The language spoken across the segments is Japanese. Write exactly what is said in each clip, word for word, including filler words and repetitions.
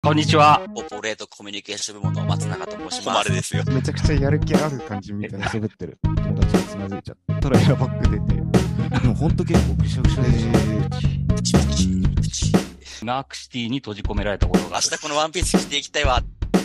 こんにちは。 コーポレートコミュニケーション部門の松永と申します。 誉ですよ。 めちゃくちゃやる気ある感じみたいな喋ってる友達がつまずいちゃったらエアバッグ出て、でもほんと結構くしゃくしゃでプチプチプチ。 ナークシティに閉じ込められたことが明日このワンピース着ていきたいわ。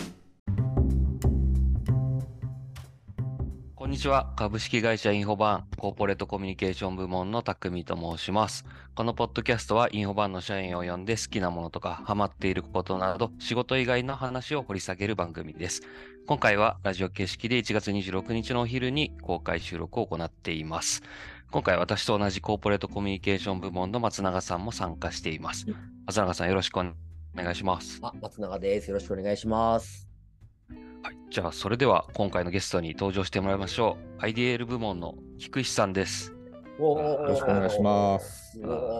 こんにちは。株式会社インフォバンコーポレートコミュニケーション部門の匠と申します。このポッドキャストはインフォバンの社員を呼んで好きなものとかハマっていることなど仕事以外の話を掘り下げる番組です。今回はラジオ形式でいちがつにじゅうろくにちのお昼に公開収録を行っています。今回私と同じコーポレートコミュニケーション部門の松永さんも参加しています。松永さんよろしくお願いします。 あ、松永です。よろしくお願いします。 はい、じゃあそれでは今回のゲストに登場してもらいましょう。アイディーエル 部門の菊石さんです。 よよろしくお願いします。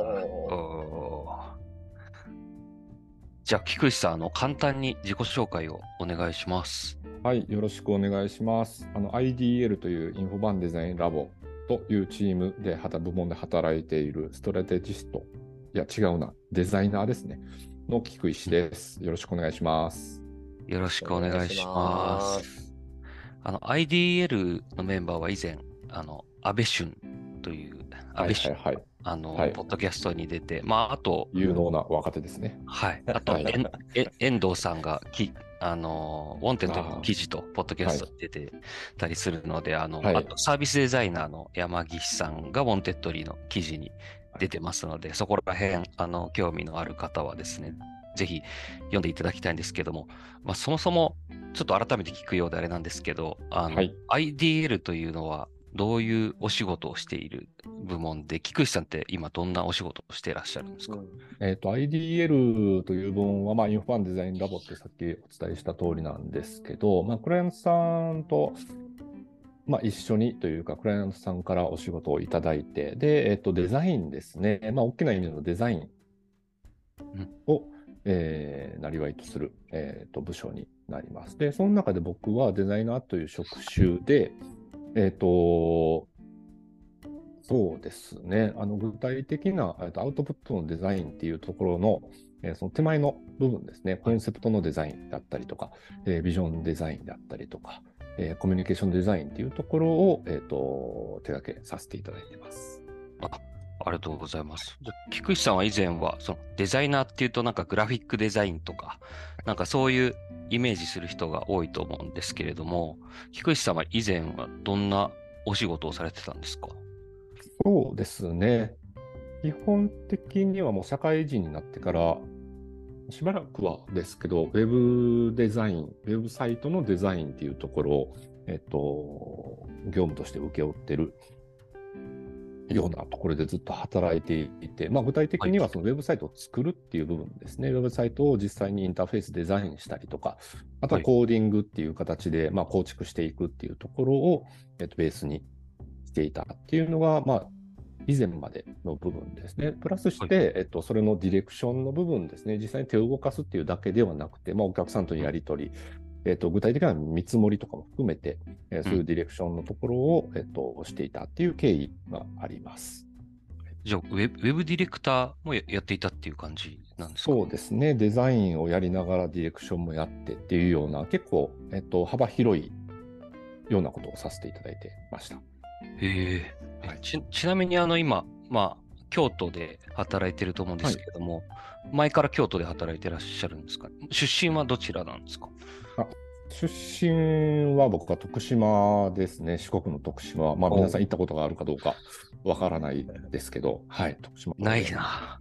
じゃあ菊石さん、あの簡単に自己紹介をお願いします。 はい、よろしくお願いします。あの アイディーエル というインフォバンデザインラボというチームで部門で働いているストラテジスト、いや違うな、デザイナーですねの菊石です。よろしくお願いします。 よろしくお願いします。あの アイディーエル のメンバーは以前あの安倍俊という安倍俊、はいはいはい、あの、はい、ポッドキャストに出て、まああと有能な若手ですね。 はい。あと、はい、え遠藤さんがきあのウォンテッドの記事とポッドキャストに出てたりするので、あの、はい、あとサービスデザイナーの山岸さんがウォンテッドリーの記事に出てますので、そこら辺あの興味のある方はですね、ぜひ読んでいただきたいんですけども、まあ、そもそもちょっと改めて聞くようであれなんですけど、あの、はい、アイディーエル というのはどういうお仕事をしている部門で、菊石さんって今どんなお仕事をしていらっしゃるんですか？ えっと、アイディーエル という部門は、まあ、インフォバンデザインラボってさっきお伝えした通りなんですけど、まあ、クライアントさんと、まあ、一緒にというか、クライアントさんからお仕事をいただいて、で、えっと、デザインですね。まあ、大きな意味のデザインを、うんえー、なりわいとする、えー、と部署になります。で、その中で僕はデザイナーという職種で、えっと、そうですね、あの具体的なアウトプットのデザインっていうところの、えー、その手前の部分ですね、コンセプトのデザインだったりとか、えー、ビジョンデザインだったりとか、えー、コミュニケーションデザインっていうところを、えー、と手掛けさせていただいています。 あありがとうございます。菊石さんは以前はそのデザイナーっていうとなんかグラフィックデザインとかなんかそういうイメージする人が多いと思うんですけれども、菊石さんは以前はどんなお仕事をされてたんですか？ そうですね。基本的にはもう社会人になってからしばらくはですけど、ウェブデザイン、ウェブサイトのデザインっていうところを、えっと、業務として請け負ってるようなところでずっと働いていて、まあ、具体的にはそのウェブサイトを作るっていう部分ですね、はい、ウェブサイトを実際にインターフェースデザインしたりとか、あとはコーディングっていう形で、まあ、構築していくっていうところを、えっと、ベースにしていたっていうのが、まあ、以前までの部分ですね。プラスして、はい、えっと、それのディレクションの部分ですね、実際に手を動かすっていうだけではなくて、まあ、お客さんとのやり取り、えっと、具体的な見積もりとかも含めて、えー、そういうディレクションのところを、えっと、していたっていう経緯があります。 じゃあウェブ、ウェブディレクターも や, やっていたっていう感じなんですか？ そうですね。デザインをやりながらディレクションもやってっていうような、結構、えっと、幅広いようなことをさせていただいてました。 へえ、はい、ち, ちなみにあの今、まあ、京都で働いてると思うんですけども、はい、前から京都で働いてらっしゃるんですか？出身はどちらなんですか？ あ出身は僕は徳島ですね。四国の徳島。まあ皆さん行ったことがあるかどうかわからないですけど、はい、徳島。 ないな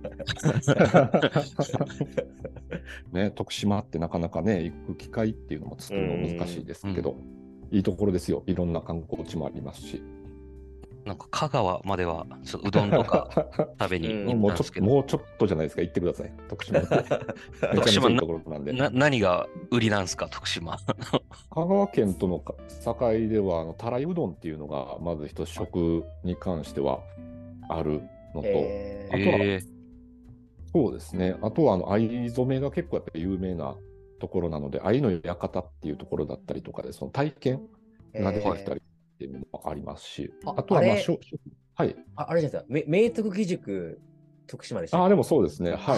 ね、徳島ってなかなかね、行く機会っていうのも作るの難しいですけど、いいところですよ。いろんな観光地もありますし。 なんか香川まではちょっとうどんとか食べに行ったんですけど、 うん、もうちょっとじゃないですか、行ってください。徳島って徳島のところなんでな何が売りなんですか？徳島香川県との境ではあのたらいうどんっていうのがまず一つ食に関してはあるのと、えー、あとは、えー、そうですね、あとはあの藍染めが結構やっぱり有名なところなので、藍の館っていうところだったりとかでその体験ができたり、えーっていうのもありますし、あ, あとはまあしょはい、 あ, あれじゃないですか、明徳義塾徳島でした。 あでもそうですね、はい。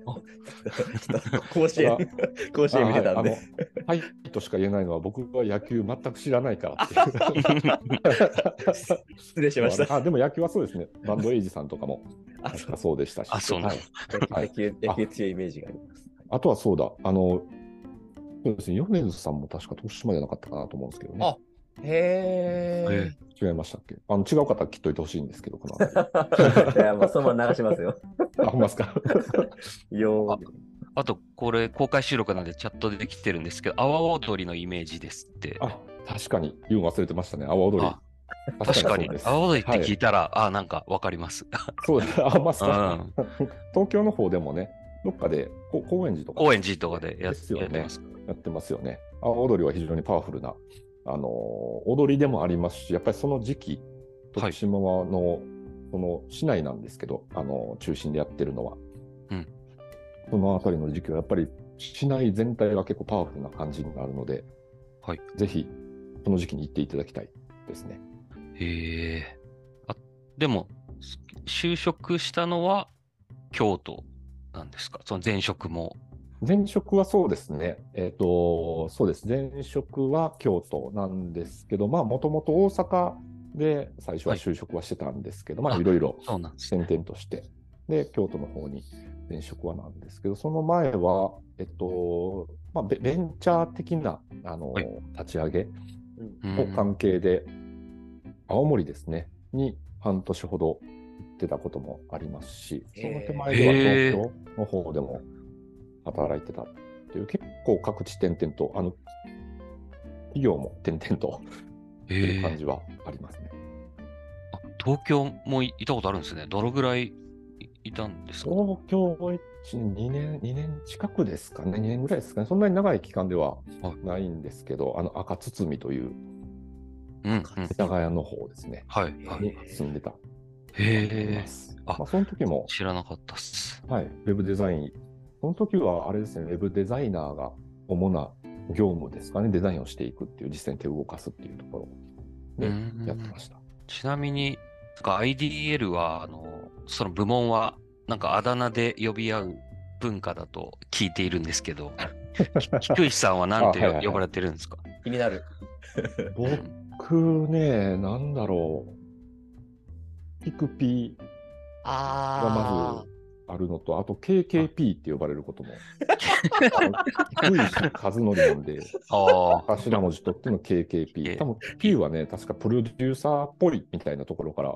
ちょっと甲子園、甲子園見てたんで。 はい、あのはいとしか言えないのは、僕は野球全く知らないからっていう。 失礼しました。 あ、でも野球はそうですね。バンドエイジさんとかも確かそうでしたし。 あ、そうなんです。 野球、野球強いイメージがあります。 あとはそうだ、あの、そうですね、米津さんも確か徳島じゃなかったかなと思うんですけどね。 あ、へー。違いましたっけ？あの違う方は切っといてほしいんですけど、この後。 いや、もうそのまま流しますよ。 あ、ほんますか。 よああと、これ、公開収録なんでチャットできてるんですけど、阿波踊りのイメージですって。 あ、確かに、言うの忘れてましたね、阿波踊り。 確かに、阿波踊りって聞いたら、はい、あ、なんかわかります。 そうです、あ、まさ、うん、東京の方でもね、どっかで、高円寺とか。 高円寺とかで や, ですよ、ね、 やってます。 やってますよね。阿波踊りは非常にパワフルな、あのー、踊りでもありますし、やっぱりその時期、徳島の、はい、その市内なんですけど、あのー、中心でやってるのは。うん、そのあたりの時期はやっぱり市内全体が結構パワフルな感じになるので、はい、ぜひその時期に行っていただきたいですね。 へえ。あ、でも就職したのは京都なんですか？その前職も。 前職はそうですね。えっと、そうです。前職は京都なんですけど、まあもともと大阪で最初は就職はしてたんですけど、はい、まあいろいろ転々として、で、京都の方に前職はなんですけど、その前は、えっと、まあ、ベンチャー的な、あの、はい、立ち上げの関係で、青森ですね、に半年ほど行ってたこともありますし、その手前では東京の方でも働いてたっていう、結構各地点々と、あの、企業も点々とっていう感じはありますね。 あ、東京もいたことあるんですね。どのぐらいいたんですか？ 東京はいちねん、にねん、にねん近くですかね、にねんぐらいですかね、そんなに長い期間ではないんですけど、はい、あの赤堤という、世田谷の方ですね、 はい、 に住んでた。 へー。あ、まあ、その時も知らなかったっす。 はい、ウェブデザイン、その時はあれですね、ウェブデザイナーが主な業務ですかね、デザインをしていくっていう、実際に手を動かすっていうところでやってました。 ちなみに、アイディーエル は、あの、その部門は、なんかあだ名で呼び合う文化だと聞いているんですけど、菊石さんは何てはいはい、はい、呼ばれてるんですか？ 気になる。 僕ね、なんだろう。ピクピーがまずあるのと、あと ケーケーピー って呼ばれることも。菊石和則なんで、頭文字取っての ケーケーピー。多分 P はね、確かプロデューサーっぽいみたいなところから。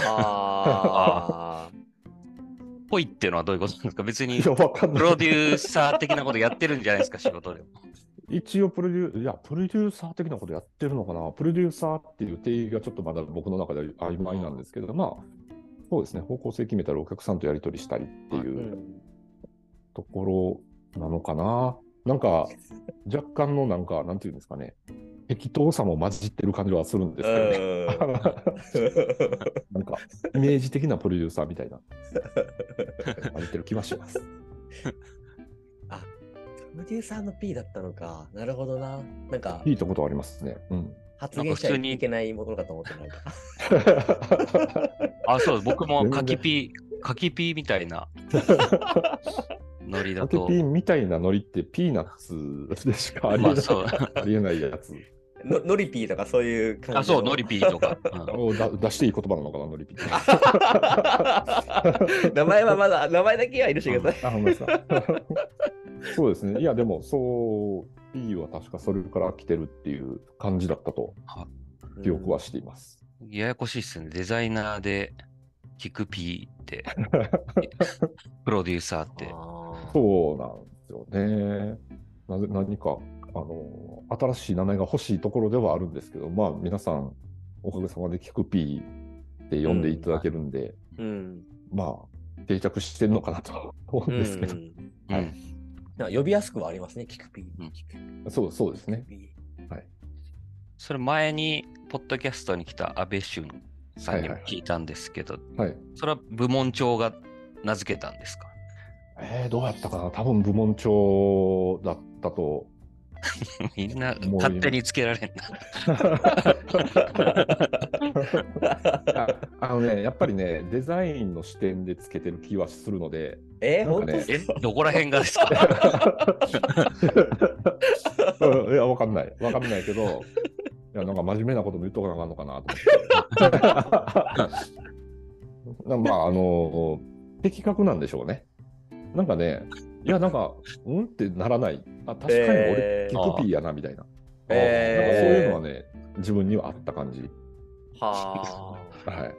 あぽいっていうのはどういうことなんですか？別にプロデューサー的なことやってるんじゃないですか、仕事でも。 一応プロデュー、いや、プロデューサー的なことやってるのかな。プロデューサーっていう定義がちょっとまだ僕の中で曖昧なんですけど、まあ、そうですね、方向性決めたらお客さんとやり取りしたりっていうところなのかな。なんか、若干のなんか、なんていうんですかね、適当さも混じってる感じはするんですけどね。なんか、イメージ的なプロデューサーみたいな、混じってる気はします。 あ、プロデューサーの P だったのか。なるほどな。なんか、 聞いたことありますね。うん。 発言しちゃいけないものかと思ってなんか。 あ、そう、僕もカキピー、カキピーみたいなノリだと。 カキピーみたいなノリってピーナッツでしかありえない、まあ、そうありえないやつ。 のノリピーとかそういう感じ。 あ、そう、ノリピーとか。 うん、だ出していい言葉なのかな、ノリピー。 名前はまだ、名前だけは許してください。あ、ほんまですか。 そうですね。いや、でも、そう、P は確かそれから来てるっていう感じだったと、記憶はしています。 ややこしいっすね。デザイナーで、キク P って、プロデューサーって。 そうなんですよね。なぜ何か。あの新しい名前が欲しいところではあるんですけど、まあ皆さんおかげさまでキクピーって呼んでいただけるんで、うん、まあ定着してるのかなと思うんですけど、うんうんはい、なんか呼びやすくはありますね、キクピー、うん、そうそうですね、はい、 それ前にポッドキャストに来た安倍俊さんにも聞いたんですけど、はいはいはい、それは部門長が名付けたんですか？ えー、どうやったかな、多分部門長だったとみんな勝手につけられんな。 ああのね、やっぱりね、デザインの視点でつけてる気はするので、 えー、 なんかね本当ですか？ え、どこら辺がですか？ うんいや、わかんない。わかんないけど、いや、なんか真面目なことも言っとかなあかんのかなと思って。なまあ、あの、的確なんでしょうね。なんかね、いや、なんか、うんってならない。あ、確かに俺、 えーキクピーやな、みたいな。 えーなんかそういうのはね、自分にはあった感じ。 はあ。 はい。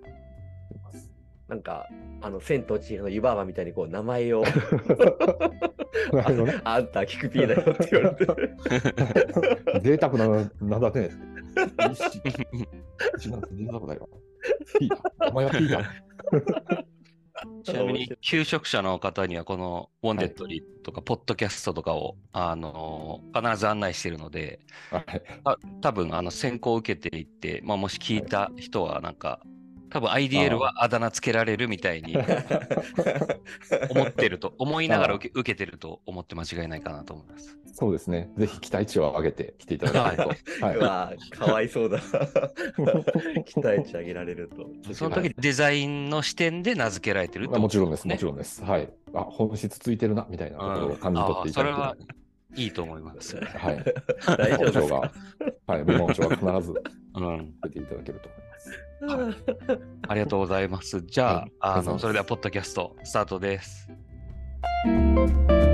なんか、あの、千と千尋の湯婆婆みたいにこう、名前を、 なるほどね。 あんたキクピーだよって言われて。 贅沢な名だね。一なんて贅沢だよ。ピーだ。お前はピーだ。 ちなみに、求職者の方には、このウォンテッドリーとか、ポッドキャストとかを、あの必ず案内しているので、 はい。 あ多分あの選考を受けていって、まあ、もし聞いた人は、なんか、多分 アイディーエル はあだ名つけられるみたいに思ってると、思いながら受け受けてると思って間違いないかなと思います。 そうですね。ぜひ期待値を上げて来ていただけると。はうわかわいそうだ。期待値上げられると。 その時デザインの視点で名付けられてるってい。 こともちろんです。 ねもちろんです。はい。あ、本質ついてるな、みたいなところを感じ取っていただける。 うんあーそれはいいと思います。 はい。 大丈夫ですがか？、 はい。メモ帳が必ずうん、 出ていただけると思います。 ありがとうございます。じゃあ、 はいあのありがとうございますそれではポッドキャストスタートです。